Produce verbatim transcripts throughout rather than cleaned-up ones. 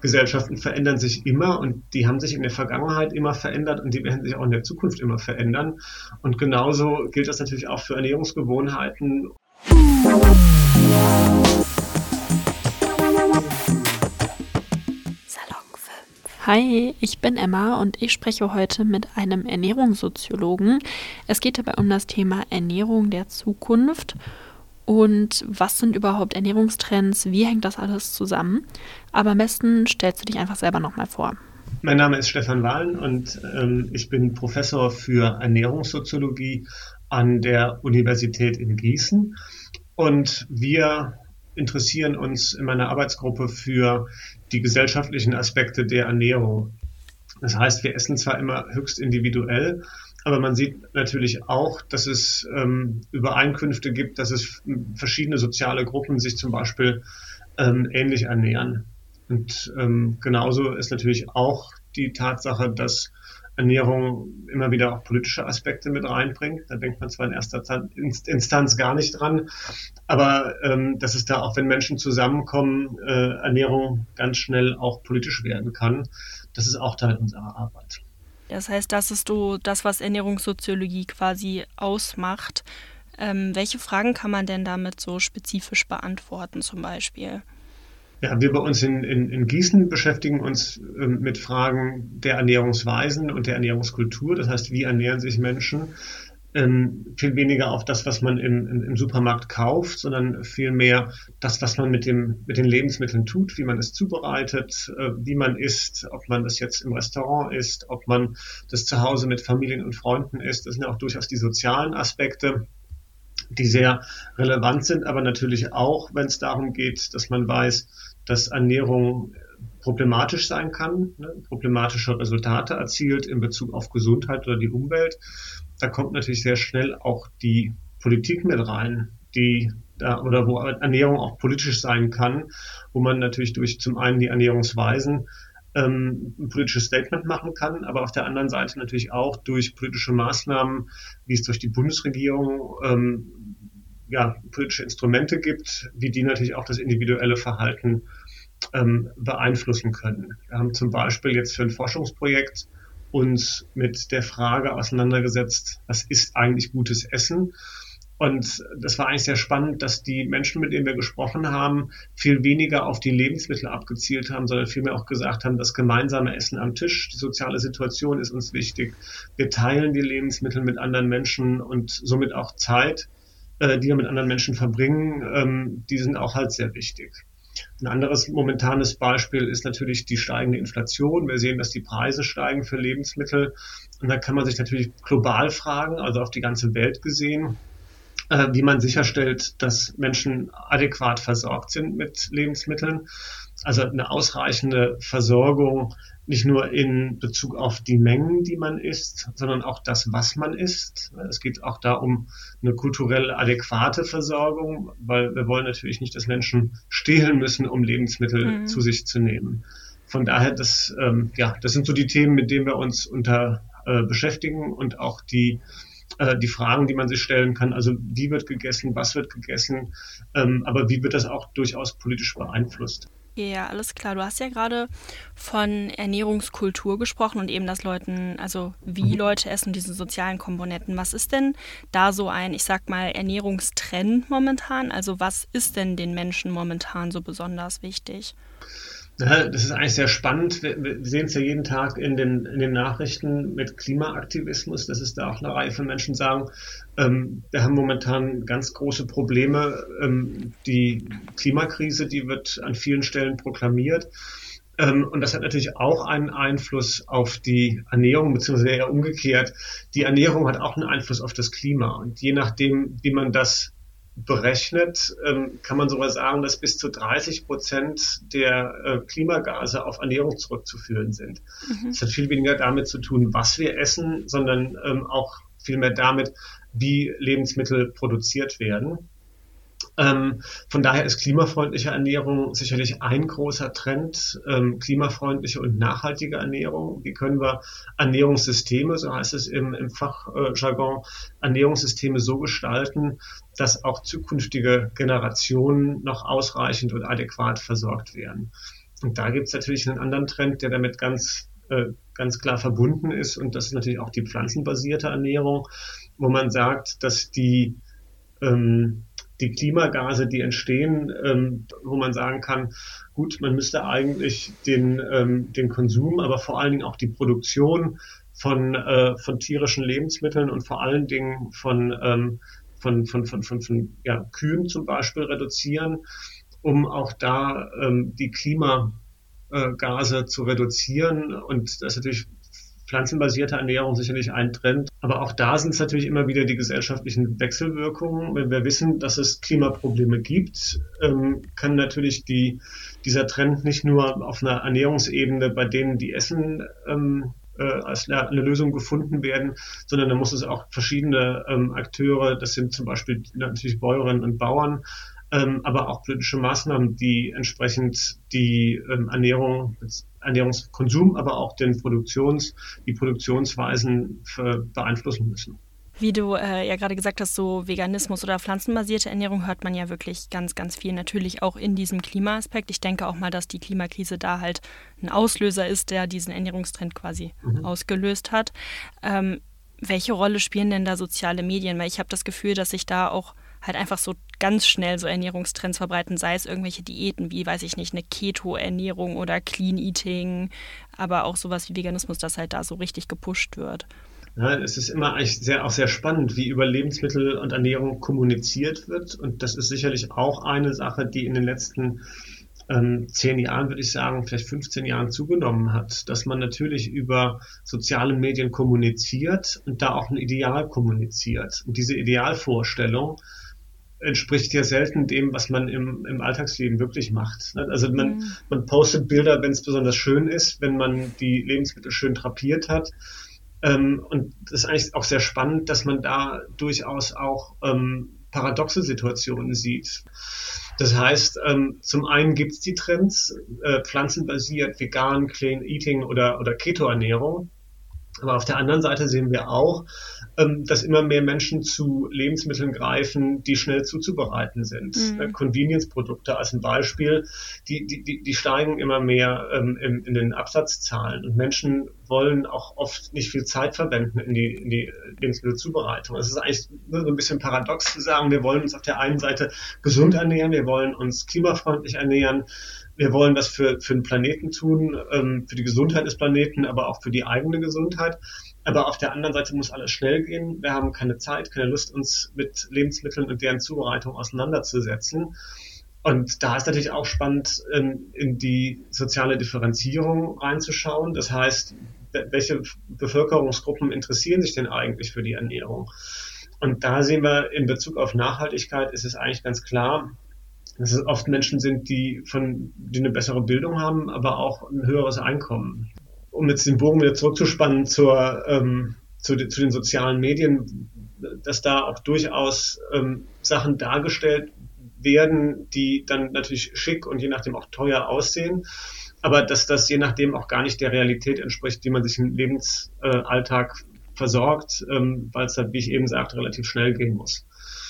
Gesellschaften verändern sich immer und die haben sich in der Vergangenheit immer verändert und die werden sich auch in der Zukunft immer verändern. Und genauso gilt das natürlich auch für Ernährungsgewohnheiten. Hi, ich bin Emma und ich spreche heute mit einem Ernährungssoziologen. Es geht dabei um das Thema Ernährung der Zukunft und was sind überhaupt Ernährungstrends, wie hängt das alles zusammen? Aber am besten stellst du dich einfach selber nochmal vor. Mein Name ist Stefan Wahlen und ähm, ich bin Professor für Ernährungssoziologie an der Universität in Gießen und wir interessieren uns in meiner Arbeitsgruppe für die gesellschaftlichen Aspekte der Ernährung. Das heißt, wir essen zwar immer höchst individuell, aber man sieht natürlich auch, dass es ähm, Übereinkünfte gibt, dass es verschiedene soziale Gruppen sich zum Beispiel ähm, ähnlich ernähren. Und ähm, genauso ist natürlich auch die Tatsache, dass Ernährung immer wieder auch politische Aspekte mit reinbringt. Da denkt man zwar in erster Instanz gar nicht dran, aber ähm, dass es da auch, wenn Menschen zusammenkommen, äh, Ernährung ganz schnell auch politisch werden kann. Das ist auch Teil unserer Arbeit. Das heißt, das ist so das, was Ernährungssoziologie quasi ausmacht. Ähm, welche Fragen kann man denn damit so spezifisch beantworten zum Beispiel? Ja, wir bei uns in, in, in Gießen beschäftigen uns ähm, mit Fragen der Ernährungsweisen und der Ernährungskultur. Das heißt, wie ernähren sich Menschen? Ähm, viel weniger auf das, was man im, im, im Supermarkt kauft, sondern viel mehr das, was man mit, dem, mit den Lebensmitteln tut, wie man es zubereitet, äh, wie man isst, ob man das jetzt im Restaurant isst, ob man das zu Hause mit Familien und Freunden isst. Das sind ja auch durchaus die sozialen Aspekte, die sehr relevant sind, aber natürlich auch, wenn es darum geht, dass man weiß, dass Ernährung problematisch sein kann, ne, problematische Resultate erzielt in Bezug auf Gesundheit oder die Umwelt. Da kommt natürlich sehr schnell auch die Politik mit rein, die da oder wo Ernährung auch politisch sein kann, wo man natürlich durch zum einen die Ernährungsweisen ähm, ein politisches Statement machen kann, aber auf der anderen Seite natürlich auch durch politische Maßnahmen, wie es durch die Bundesregierung ähm, ja, politische Instrumente gibt, wie die natürlich auch das individuelle Verhalten ähm, beeinflussen können. Wir haben zum Beispiel jetzt für ein Forschungsprojekt uns mit der Frage auseinandergesetzt, was ist eigentlich gutes Essen? Und das war eigentlich sehr spannend, dass die Menschen, mit denen wir gesprochen haben, viel weniger auf die Lebensmittel abgezielt haben, sondern vielmehr auch gesagt haben, das gemeinsame Essen am Tisch, die soziale Situation ist uns wichtig. Wir teilen die Lebensmittel mit anderen Menschen und somit auch Zeit, die wir mit anderen Menschen verbringen, die sind auch halt sehr wichtig. Ein anderes momentanes Beispiel ist natürlich die steigende Inflation. Wir sehen, dass die Preise steigen für Lebensmittel. Und da kann man sich natürlich global fragen, also auf die ganze Welt gesehen, wie man sicherstellt, dass Menschen adäquat versorgt sind mit Lebensmitteln. Also eine ausreichende Versorgung, nicht nur in Bezug auf die Mengen, die man isst, sondern auch das, was man isst. Es geht auch da um eine kulturell adäquate Versorgung, weil wir wollen natürlich nicht, dass Menschen stehlen müssen, um Lebensmittel mhm. zu sich zu nehmen. Von daher, das, ähm, ja, das sind so die Themen, mit denen wir uns unter äh, beschäftigen und auch die die Fragen, die man sich stellen kann, also wie wird gegessen, was wird gegessen, ähm, aber wie wird das auch durchaus politisch beeinflusst? Ja, alles klar. Du hast ja gerade von Ernährungskultur gesprochen und eben, dass Leuten, also wie mhm. Leute essen, diese sozialen Komponenten. Was ist denn da so ein, ich sag mal, Ernährungstrend momentan? Also was ist denn den Menschen momentan so besonders wichtig? Ja, das ist eigentlich sehr spannend. Wir, wir sehen es ja jeden Tag in den, in den Nachrichten mit Klimaaktivismus, dass es da auch eine Reihe von Menschen sagen, ähm, wir haben momentan ganz große Probleme. Ähm, die Klimakrise, die wird an vielen Stellen proklamiert. Ähm, und das hat natürlich auch einen Einfluss auf die Ernährung, beziehungsweise eher umgekehrt. Die Ernährung hat auch einen Einfluss auf das Klima. Und je nachdem, wie man das berechnet, ähm, kann man sogar sagen, dass bis zu dreißig Prozent der äh, Klimagase auf Ernährung zurückzuführen sind. Mhm. Das hat viel weniger damit zu tun, was wir essen, sondern ähm, auch viel mehr damit, wie Lebensmittel produziert werden. Ähm, von daher ist klimafreundliche Ernährung sicherlich ein großer Trend, ähm, klimafreundliche und nachhaltige Ernährung. Wie können wir Ernährungssysteme, so heißt es im, im Fachjargon, Ernährungssysteme so gestalten, dass auch zukünftige Generationen noch ausreichend und adäquat versorgt werden. Und da gibt es natürlich einen anderen Trend, der damit ganz, äh, ganz klar verbunden ist. Und das ist natürlich auch die pflanzenbasierte Ernährung, wo man sagt, dass die, ähm, die Klimagase, die entstehen, ähm, wo man sagen kann, gut, man müsste eigentlich den, ähm, den Konsum, aber vor allen Dingen auch die Produktion von, äh, von tierischen Lebensmitteln und vor allen Dingen von, ähm, von, von, von, von, von ja, Kühen zum Beispiel reduzieren, um auch da ähm, die Klimagase zu reduzieren. Und das ist natürlich pflanzenbasierte Ernährung sicherlich ein Trend. Aber auch da sind es natürlich immer wieder die gesellschaftlichen Wechselwirkungen. Wenn wir wissen, dass es Klimaprobleme gibt, ähm, kann natürlich die, dieser Trend nicht nur auf einer Ernährungsebene bei denen, die essen, ähm, äh, als eine, eine Lösung gefunden werden, sondern da muss es auch verschiedene ähm, Akteure, das sind zum Beispiel natürlich Bäuerinnen und Bauern, ähm, aber auch politische Maßnahmen, die entsprechend die ähm, Ernährung, Ernährungskonsum, aber auch den Produktions, die Produktionsweisen für, beeinflussen müssen. Wie du äh, ja gerade gesagt hast, so Veganismus oder pflanzenbasierte Ernährung hört man ja wirklich ganz, ganz viel. Natürlich auch in diesem Klimaaspekt. Ich denke auch mal, dass die Klimakrise da halt ein Auslöser ist, der diesen Ernährungstrend quasi mhm. ausgelöst hat. Ähm, welche Rolle spielen denn da soziale Medien? Weil ich habe das Gefühl, dass sich da auch halt einfach so ganz schnell so Ernährungstrends verbreiten, sei es irgendwelche Diäten wie, weiß ich nicht, eine Keto-Ernährung oder Clean Eating, aber auch sowas wie Veganismus, das halt da so richtig gepusht wird. Ja, es ist immer eigentlich sehr, auch sehr spannend, wie über Lebensmittel und Ernährung kommuniziert wird. Und das ist sicherlich auch eine Sache, die in den letzten ähm, zehn Jahren, würde ich sagen, vielleicht fünfzehn Jahren zugenommen hat, dass man natürlich über soziale Medien kommuniziert und da auch ein Ideal kommuniziert. Und diese Idealvorstellung entspricht ja selten dem, was man im, im Alltagsleben wirklich macht. Also man, mhm. man postet Bilder, wenn es besonders schön ist, wenn man die Lebensmittel schön drapiert hat. Ähm, und das ist eigentlich auch sehr spannend, dass man da durchaus auch ähm, paradoxe Situationen sieht. Das heißt, ähm, zum einen gibt es die Trends, äh, pflanzenbasiert, vegan, Clean Eating oder, oder Keto-Ernährung. Aber auf der anderen Seite sehen wir auch, ähm, dass immer mehr Menschen zu Lebensmitteln greifen, die schnell zuzubereiten sind. Mhm. Äh, Convenience-Produkte als ein Beispiel, die, die, die, die steigen immer mehr ähm, in, in den Absatzzahlen. Und Menschen wollen auch oft nicht viel Zeit verwenden in die, in die Lebensmittelzubereitung. Es ist eigentlich nur so ein bisschen paradox zu sagen, wir wollen uns auf der einen Seite gesund ernähren, wir wollen uns klimafreundlich ernähren, wir wollen das für, für den Planeten tun, ähm, für die Gesundheit des Planeten, aber auch für die eigene Gesundheit. Aber auf der anderen Seite muss alles schnell gehen. Wir haben keine Zeit, keine Lust, uns mit Lebensmitteln und deren Zubereitung auseinanderzusetzen. Und da ist natürlich auch spannend, in, in die soziale Differenzierung reinzuschauen. Das heißt, welche Bevölkerungsgruppen interessieren sich denn eigentlich für die Ernährung? Und da sehen wir, in Bezug auf Nachhaltigkeit ist es eigentlich ganz klar, dass es oft Menschen sind, die von, die eine bessere Bildung haben, aber auch ein höheres Einkommen. Um jetzt den Bogen wieder zurückzuspannen zur, ähm, zu, de, zu den sozialen Medien, dass da auch durchaus ähm, Sachen dargestellt werden, die dann natürlich schick und je nachdem auch teuer aussehen, aber dass das je nachdem auch gar nicht der Realität entspricht, die man sich im Lebensalltag äh, versorgt, ähm, weil es dann, wie ich eben sagte, relativ schnell gehen muss.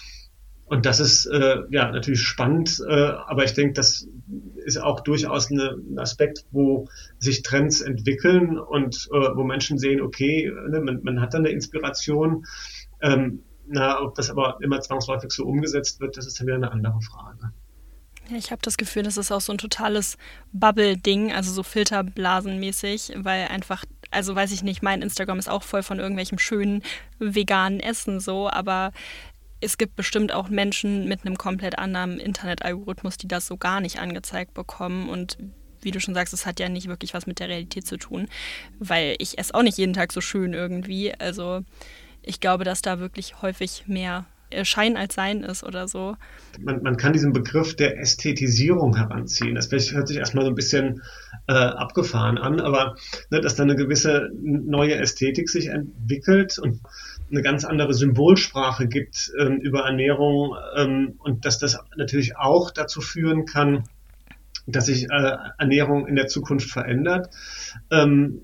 Und das ist äh, ja natürlich spannend, äh, aber ich denke, das ist auch durchaus eine, ein Aspekt, wo sich Trends entwickeln und äh, wo Menschen sehen, okay, ne, man, man hat dann eine Inspiration. Ähm, na, ob das aber immer zwangsläufig so umgesetzt wird, das ist dann wieder eine andere Frage. Ja, ich habe das Gefühl, das ist auch so ein totales Bubble-Ding, also so filterblasenmäßig, weil einfach, also weiß ich nicht, mein Instagram ist auch voll von irgendwelchem schönen veganen Essen so, aber es gibt bestimmt auch Menschen mit einem komplett anderen Internetalgorithmus, die das so gar nicht angezeigt bekommen. Und wie du schon sagst, es hat ja nicht wirklich was mit der Realität zu tun, weil ich esse auch nicht jeden Tag so schön irgendwie. Also ich glaube, dass da wirklich häufig mehr Schein als Sein ist oder so. Man, man kann diesen Begriff der Ästhetisierung heranziehen. Das hört sich erstmal so ein bisschen äh, abgefahren an, aber ne, dass da eine gewisse neue Ästhetik sich entwickelt und eine ganz andere Symbolsprache gibt ähm, über Ernährung ähm, und dass das natürlich auch dazu führen kann, dass sich äh, Ernährung in der Zukunft verändert. Ähm,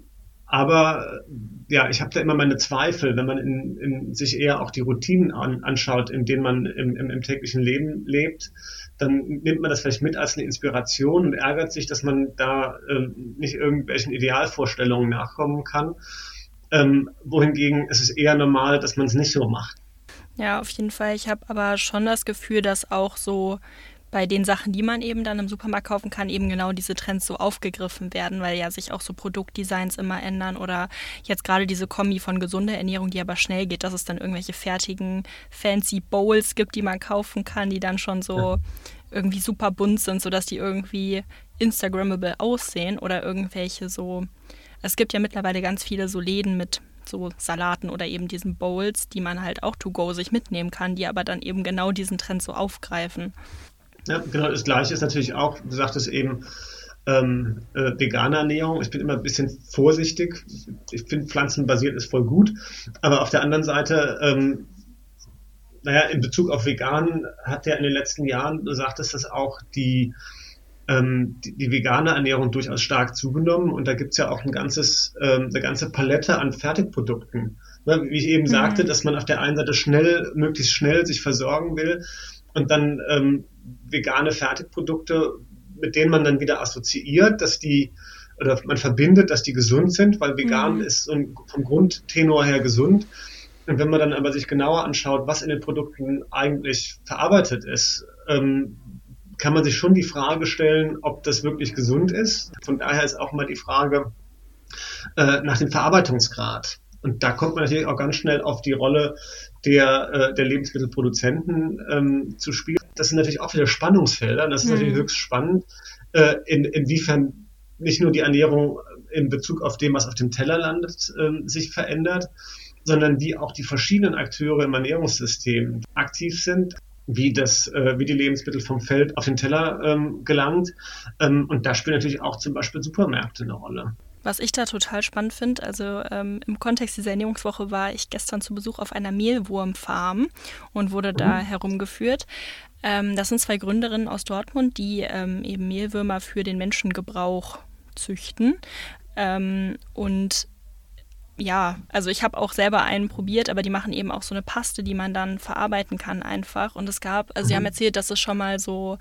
Aber ja, ich habe da immer meine Zweifel, wenn man in, in sich eher auch die Routinen an, anschaut, in denen man im, im, im täglichen Leben lebt, dann nimmt man das vielleicht mit als eine Inspiration und ärgert sich, dass man da ähm, nicht irgendwelchen Idealvorstellungen nachkommen kann. Ähm, wohingegen ist es eher normal, dass man es nicht so macht. Ja, auf jeden Fall. Ich habe aber schon das Gefühl, dass auch so bei den Sachen, die man eben dann im Supermarkt kaufen kann, eben genau diese Trends so aufgegriffen werden, weil ja sich auch so Produktdesigns immer ändern oder jetzt gerade diese Kombi von gesunder Ernährung, die aber schnell geht, dass es dann irgendwelche fertigen fancy Bowls gibt, die man kaufen kann, die dann schon so ja. irgendwie super bunt sind, sodass die irgendwie Instagrammable aussehen oder irgendwelche so, es gibt ja mittlerweile ganz viele so Läden mit so Salaten oder eben diesen Bowls, die man halt auch to go sich mitnehmen kann, die aber dann eben genau diesen Trend so aufgreifen. Ja, genau, das Gleiche ist natürlich auch, du sagtest eben, ähm, äh, vegane Ernährung. Ich bin immer ein bisschen vorsichtig. Ich finde, pflanzenbasiert ist voll gut. Aber auf der anderen Seite, ähm, naja, in Bezug auf vegan hat ja in den letzten Jahren, du sagtest das auch, die, ähm, die, die vegane Ernährung durchaus stark zugenommen. Und da gibt's ja auch ein ganzes, ähm, eine ganze Palette an Fertigprodukten. Ne, wie ich eben mhm. sagte, dass man auf der einen Seite schnell, möglichst schnell sich versorgen will und dann ähm, vegane Fertigprodukte, mit denen man dann wieder assoziiert, dass die, oder man verbindet, dass die gesund sind, weil vegan mhm. ist vom Grundtenor her gesund. Und wenn man dann aber sich genauer anschaut, was in den Produkten eigentlich verarbeitet ist, ähm, kann man sich schon die Frage stellen, ob das wirklich gesund ist. Von daher ist auch mal die Frage äh, nach dem Verarbeitungsgrad. Und da kommt man natürlich auch ganz schnell auf die Rolle der, äh, der Lebensmittelproduzenten ähm, zu spielen. Das sind natürlich auch wieder Spannungsfelder. Und das ist mhm. natürlich höchst spannend, äh, in, inwiefern nicht nur die Ernährung in Bezug auf dem, was auf dem Teller landet, äh, sich verändert, sondern wie auch die verschiedenen Akteure im Ernährungssystem aktiv sind, wie das, äh, wie die Lebensmittel vom Feld auf den Teller ähm, gelangt. Ähm, und da spielen natürlich auch zum Beispiel Supermärkte eine Rolle. Was ich da total spannend finde, also ähm, im Kontext dieser Ernährungswoche war ich gestern zu Besuch auf einer Mehlwurmfarm und wurde mhm. da herumgeführt. Ähm, das sind zwei Gründerinnen aus Dortmund, die ähm, eben Mehlwürmer für den Menschengebrauch züchten. Ähm, und ja, also ich habe auch selber einen probiert, aber die machen eben auch so eine Paste, die man dann verarbeiten kann einfach. Und es gab, also mhm. sie haben erzählt, dass es schon mal so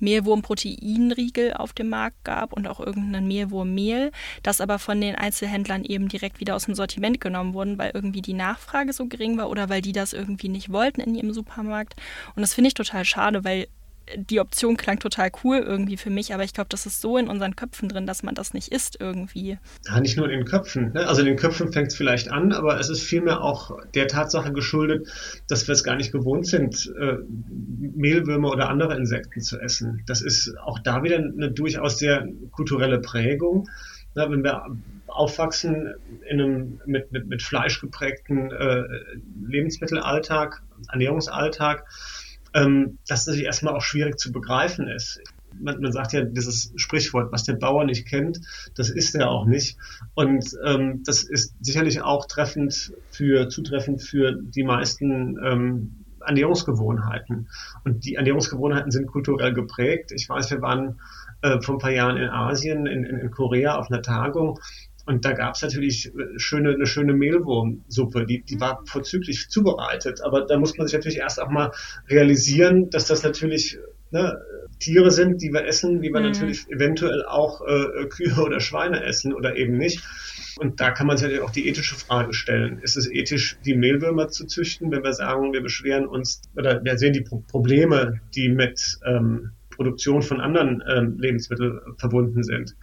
Mehlwurm-Proteinriegel auf dem Markt gab und auch irgendein Mehlwurmmehl, das aber von den Einzelhändlern eben direkt wieder aus dem Sortiment genommen wurden, weil irgendwie die Nachfrage so gering war oder weil die das irgendwie nicht wollten in ihrem Supermarkt. Und das finde ich total schade, weil die Option klang total cool irgendwie für mich, aber ich glaube, das ist so in unseren Köpfen drin, dass man das nicht isst irgendwie. Ja, nicht nur in den Köpfen. Ne? Also in den Köpfen fängt es vielleicht an, aber es ist vielmehr auch der Tatsache geschuldet, dass wir es gar nicht gewohnt sind, äh, Mehlwürmer oder andere Insekten zu essen. Das ist auch da wieder eine durchaus sehr kulturelle Prägung. Ne? Wenn wir aufwachsen in einem mit, mit, mit Fleisch geprägten äh, Lebensmittelalltag, Ernährungsalltag, Ähm, das natürlich erstmal auch schwierig zu begreifen ist. Man, man sagt ja dieses Sprichwort, was der Bauer nicht kennt, das isst er auch nicht. Und ähm, das ist sicherlich auch treffend für, zutreffend für die meisten ähm, Ernährungsgewohnheiten. Und die Ernährungsgewohnheiten sind kulturell geprägt. Ich weiß, wir waren äh, vor ein paar Jahren in Asien, in, in, in Korea auf einer Tagung. Und da gab es natürlich schöne, eine schöne Mehlwurmsuppe, die, die war vorzüglich zubereitet. Aber da muss man sich natürlich erst auch mal realisieren, dass das natürlich ne, Tiere sind, die wir essen, wie wir mhm. natürlich eventuell auch äh, Kühe oder Schweine essen oder eben nicht. Und da kann man sich natürlich auch die ethische Frage stellen. Ist es ethisch, die Mehlwürmer zu züchten, wenn wir sagen, wir beschweren uns oder wir sehen die Pro- Probleme, die mit ähm, Produktion von anderen ähm, Lebensmitteln verbunden sind.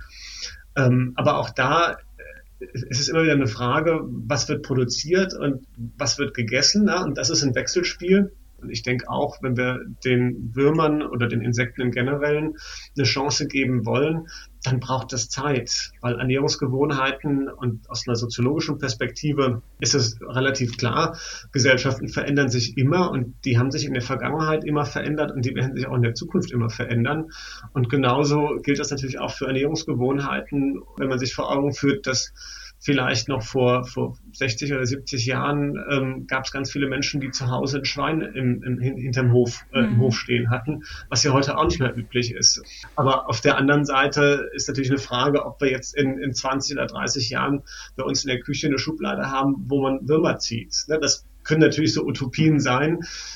Ähm, aber auch da es ist immer wieder eine Frage, was wird produziert und was wird gegessen. Ne? Und das ist ein Wechselspiel. Und ich denke auch, wenn wir den Würmern oder den Insekten im Generellen eine Chance geben wollen, dann braucht das Zeit. Weil Ernährungsgewohnheiten und aus einer soziologischen Perspektive ist es relativ klar, Gesellschaften verändern sich immer und die haben sich in der Vergangenheit immer verändert und die werden sich auch in der Zukunft immer verändern. Und genauso gilt das natürlich auch für Ernährungsgewohnheiten, wenn man sich vor Augen führt, dass vielleicht noch vor, vor sechzig oder siebzig Jahren ähm, gab es ganz viele Menschen, die zu Hause ein Schwein im, im, hinterm Hof, äh, im Hof stehen hatten, was ja heute auch nicht mehr üblich ist. Aber auf der anderen Seite ist natürlich eine Frage, ob wir jetzt in, in zwanzig oder dreißig Jahren bei uns in der Küche eine Schublade haben, wo man Würmer zieht. Ne? Das können natürlich so Utopien sein,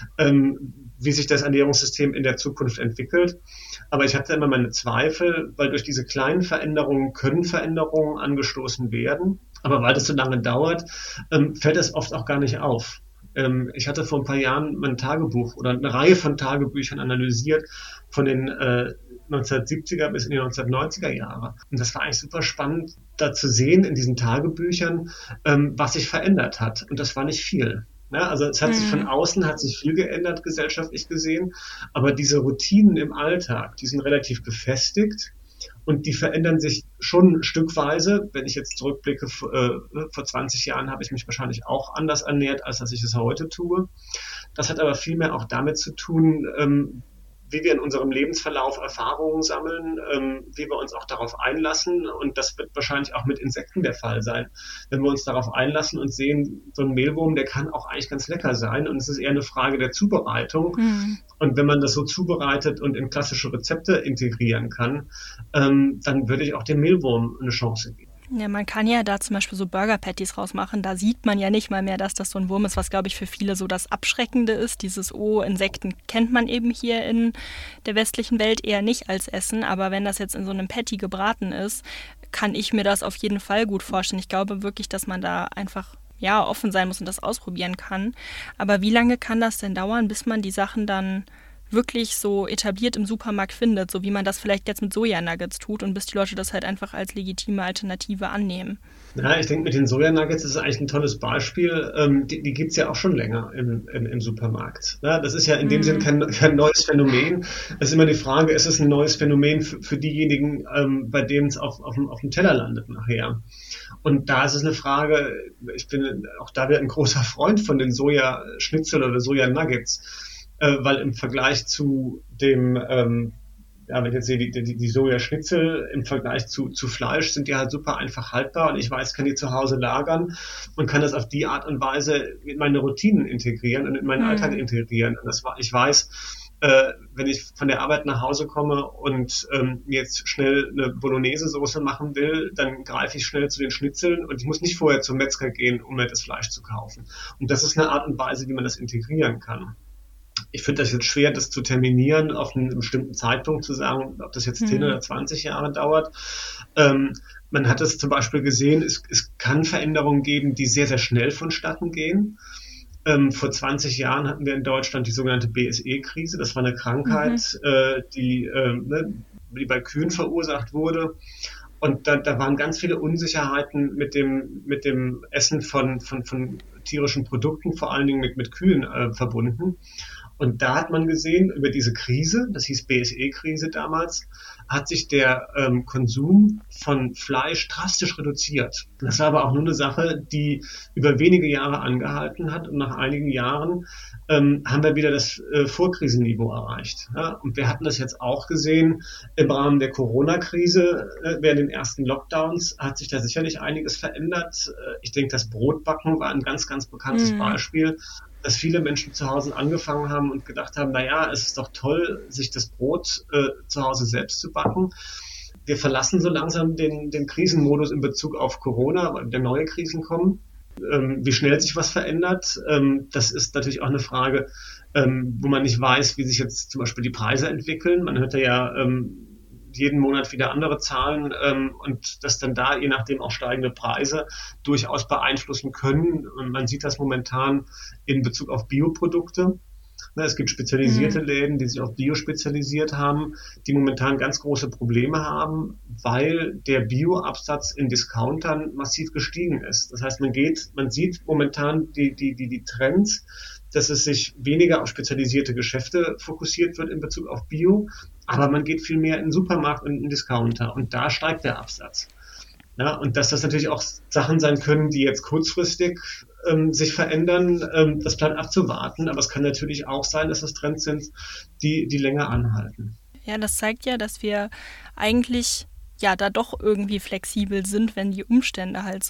ähm, wie sich das Ernährungssystem in der Zukunft entwickelt. Aber ich hatte immer meine Zweifel, weil durch diese kleinen Veränderungen können Veränderungen angestoßen werden. Aber weil das so lange dauert, ähm, fällt es oft auch gar nicht auf. Ähm, ich hatte vor ein paar Jahren mein Tagebuch oder eine Reihe von Tagebüchern analysiert von den äh, neunzehnhundertsiebziger bis in die neunzehnhundertneunziger Jahre. Und das war eigentlich super spannend, da zu sehen in diesen Tagebüchern, ähm, was sich verändert hat. Und das war nicht viel. Ja, also es hat mhm. sich von außen hat sich viel geändert, gesellschaftlich gesehen. Aber diese Routinen im Alltag, die sind relativ gefestigt. Und die verändern sich schon stückweise. Wenn ich jetzt zurückblicke, äh, vor zwanzig Jahren habe ich mich wahrscheinlich auch anders ernährt, als dass ich es heute tue. Das hat aber vielmehr auch damit zu tun, ähm, wie wir in unserem Lebensverlauf Erfahrungen sammeln, ähm, wie wir uns auch darauf einlassen. Und das wird wahrscheinlich auch mit Insekten der Fall sein. Wenn wir uns darauf einlassen und sehen, so ein Mehlwurm, der kann auch eigentlich ganz lecker sein. Und es ist eher eine Frage der Zubereitung. Mhm. Und wenn man das so zubereitet und in klassische Rezepte integrieren kann, ähm, dann würde ich auch dem Mehlwurm eine Chance geben. Ja, man kann ja da zum Beispiel so Burger-Patties rausmachen. Da sieht man ja nicht mal mehr, dass das so ein Wurm ist, was, glaube ich, für viele so das Abschreckende ist. Dieses, oh, Insekten kennt man eben hier in der westlichen Welt eher nicht als Essen. Aber wenn das jetzt in so einem Patty gebraten ist, kann ich mir das auf jeden Fall gut vorstellen. Ich glaube wirklich, dass man da einfach ja offen sein muss und das ausprobieren kann. Aber wie lange kann das denn dauern, bis man die Sachen dann wirklich so etabliert im Supermarkt findet, so wie man das vielleicht jetzt mit Sojanuggets tut und bis die Leute das halt einfach als legitime Alternative annehmen? Ja, ich denke, mit den Sojanuggets ist es eigentlich ein tolles Beispiel. Ähm, die die gibt es ja auch schon länger im, im, im Supermarkt. Ja, das ist ja in dem mhm. Sinn kein, kein neues Phänomen. Es ist immer die Frage, ist es ein neues Phänomen für, für diejenigen, ähm, bei denen es auf, auf, auf dem Teller landet nachher? Und da ist es eine Frage, ich bin auch da wieder ein großer Freund von den Sojaschnitzel oder Sojanuggets, äh, weil im Vergleich zu dem, ähm, ja, wenn ich jetzt sehe, die, die, die Sojaschnitzel im Vergleich zu, zu Fleisch sind die halt super einfach haltbar und ich weiß, kann die zu Hause lagern und kann das auf die Art und Weise in meine Routinen integrieren und in meinen mhm. Alltag integrieren. Und das war, ich weiß, äh, wenn ich von der Arbeit nach Hause komme und ähm, jetzt schnell eine Bolognese-Soße machen will, dann greife ich schnell zu den Schnitzeln und ich muss nicht vorher zum Metzger gehen, um mir das Fleisch zu kaufen. Und das ist eine Art und Weise, wie man das integrieren kann. Ich finde das jetzt schwer, das zu terminieren, auf einen bestimmten Zeitpunkt zu sagen, ob das jetzt mhm. zehn oder zwanzig Jahre dauert. Ähm, man hat es zum Beispiel gesehen, es, es kann Veränderungen geben, die sehr, sehr schnell vonstatten gehen. Ähm, vor zwanzig Jahren hatten wir in Deutschland die sogenannte B S E-Krise. Das war eine Krankheit, mhm. äh, die, äh, ne, die bei Kühen verursacht wurde. Und da, da waren ganz viele Unsicherheiten mit dem, mit dem Essen von, von, von tierischen Produkten, vor allen Dingen mit, mit Kühen äh, verbunden. Und da hat man gesehen, über diese Krise, das hieß B S E-Krise damals, hat sich der ähm, Konsum von Fleisch drastisch reduziert. Das war aber auch nur eine Sache, die über wenige Jahre angehalten hat. Und nach einigen Jahren ähm, haben wir wieder das äh, Vorkrisenniveau erreicht. Ja? Und wir hatten das jetzt auch gesehen im Rahmen der Corona-Krise. Äh, während den ersten Lockdowns hat sich da sicherlich einiges verändert. Äh, ich denke, das Brotbacken war ein ganz, ganz bekanntes mhm. Beispiel, dass viele Menschen zu Hause angefangen haben und gedacht haben, na ja, es ist doch toll, sich das Brot äh, zu Hause selbst zu backen. Wir verlassen so langsam den, den Krisenmodus in Bezug auf Corona, weil wieder neue Krisen kommen. Ähm, wie schnell sich was verändert, ähm, das ist natürlich auch eine Frage, ähm, wo man nicht weiß, wie sich jetzt zum Beispiel die Preise entwickeln. Man hört ja ähm, jeden Monat wieder andere Zahlen ähm, und dass dann da je nachdem auch steigende Preise durchaus beeinflussen können. Und man sieht das momentan in Bezug auf Bioprodukte. Es gibt spezialisierte mhm. Läden, die sich auf Bio spezialisiert haben, die momentan ganz große Probleme haben, weil der Bio-Absatz in Discountern massiv gestiegen ist. Das heißt, man geht, man sieht momentan die, die, die, die Trends, dass es sich weniger auf spezialisierte Geschäfte fokussiert wird in Bezug auf Bio, aber man geht viel mehr in den Supermarkt und in den Discounter und da steigt der Absatz. Ja, und dass das natürlich auch Sachen sein können, die jetzt kurzfristig ähm, sich verändern, ähm, das bleibt abzuwarten, aber es kann natürlich auch sein, dass das Trends sind, die, die länger anhalten. Ja, das zeigt ja, dass wir eigentlich ja da doch irgendwie flexibel sind, wenn die Umstände halt so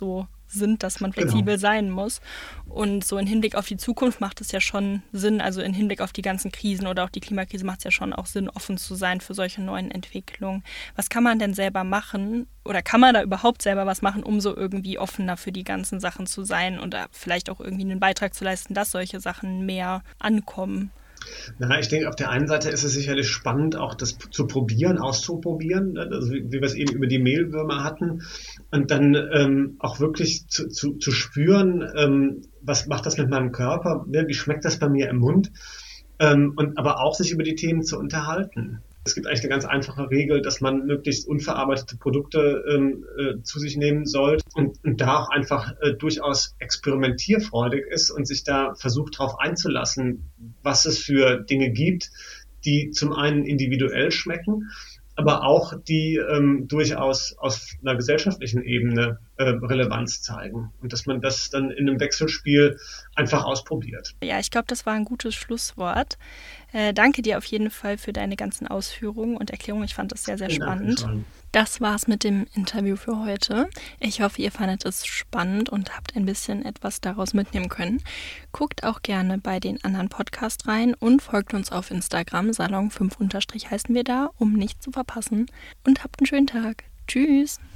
sind, dass man flexibel genau. sein muss. Und so im Hinblick auf die Zukunft macht es ja schon Sinn, also im Hinblick auf die ganzen Krisen oder auch die Klimakrise macht es ja schon auch Sinn, offen zu sein für solche neuen Entwicklungen. Was kann man denn selber machen oder kann man da überhaupt selber was machen, um so irgendwie offener für die ganzen Sachen zu sein oder vielleicht auch irgendwie einen Beitrag zu leisten, dass solche Sachen mehr ankommen? Na, ich denke, auf der einen Seite ist es sicherlich spannend, auch das zu probieren, auszuprobieren, also wie, wie wir es eben über die Mehlwürmer hatten, und dann ähm, auch wirklich zu, zu, zu spüren, ähm, was macht das mit meinem Körper, ne? Wie schmeckt das bei mir im Mund, ähm, und aber auch sich über die Themen zu unterhalten. Es gibt eigentlich eine ganz einfache Regel, dass man möglichst unverarbeitete Produkte ähm, äh, zu sich nehmen sollte und, und da auch einfach äh, durchaus experimentierfreudig ist und sich da versucht, darauf einzulassen, was es für Dinge gibt, die zum einen individuell schmecken, aber auch die ähm, durchaus auf einer gesellschaftlichen Ebene äh, Relevanz zeigen. Und dass man das dann in einem Wechselspiel einfach ausprobiert. Ja, ich glaube, das war ein gutes Schlusswort. Äh, danke dir auf jeden Fall für deine ganzen Ausführungen und Erklärungen. Ich fand das sehr, sehr Vielen spannend. Dank, das war's mit dem Interview für heute. Ich hoffe, ihr fandet es spannend und habt ein bisschen etwas daraus mitnehmen können. Guckt auch gerne bei den anderen Podcasts rein und folgt uns auf Instagram, Salon fünf unterstrich heißen wir da, um nichts zu verpassen. Und habt einen schönen Tag. Tschüss!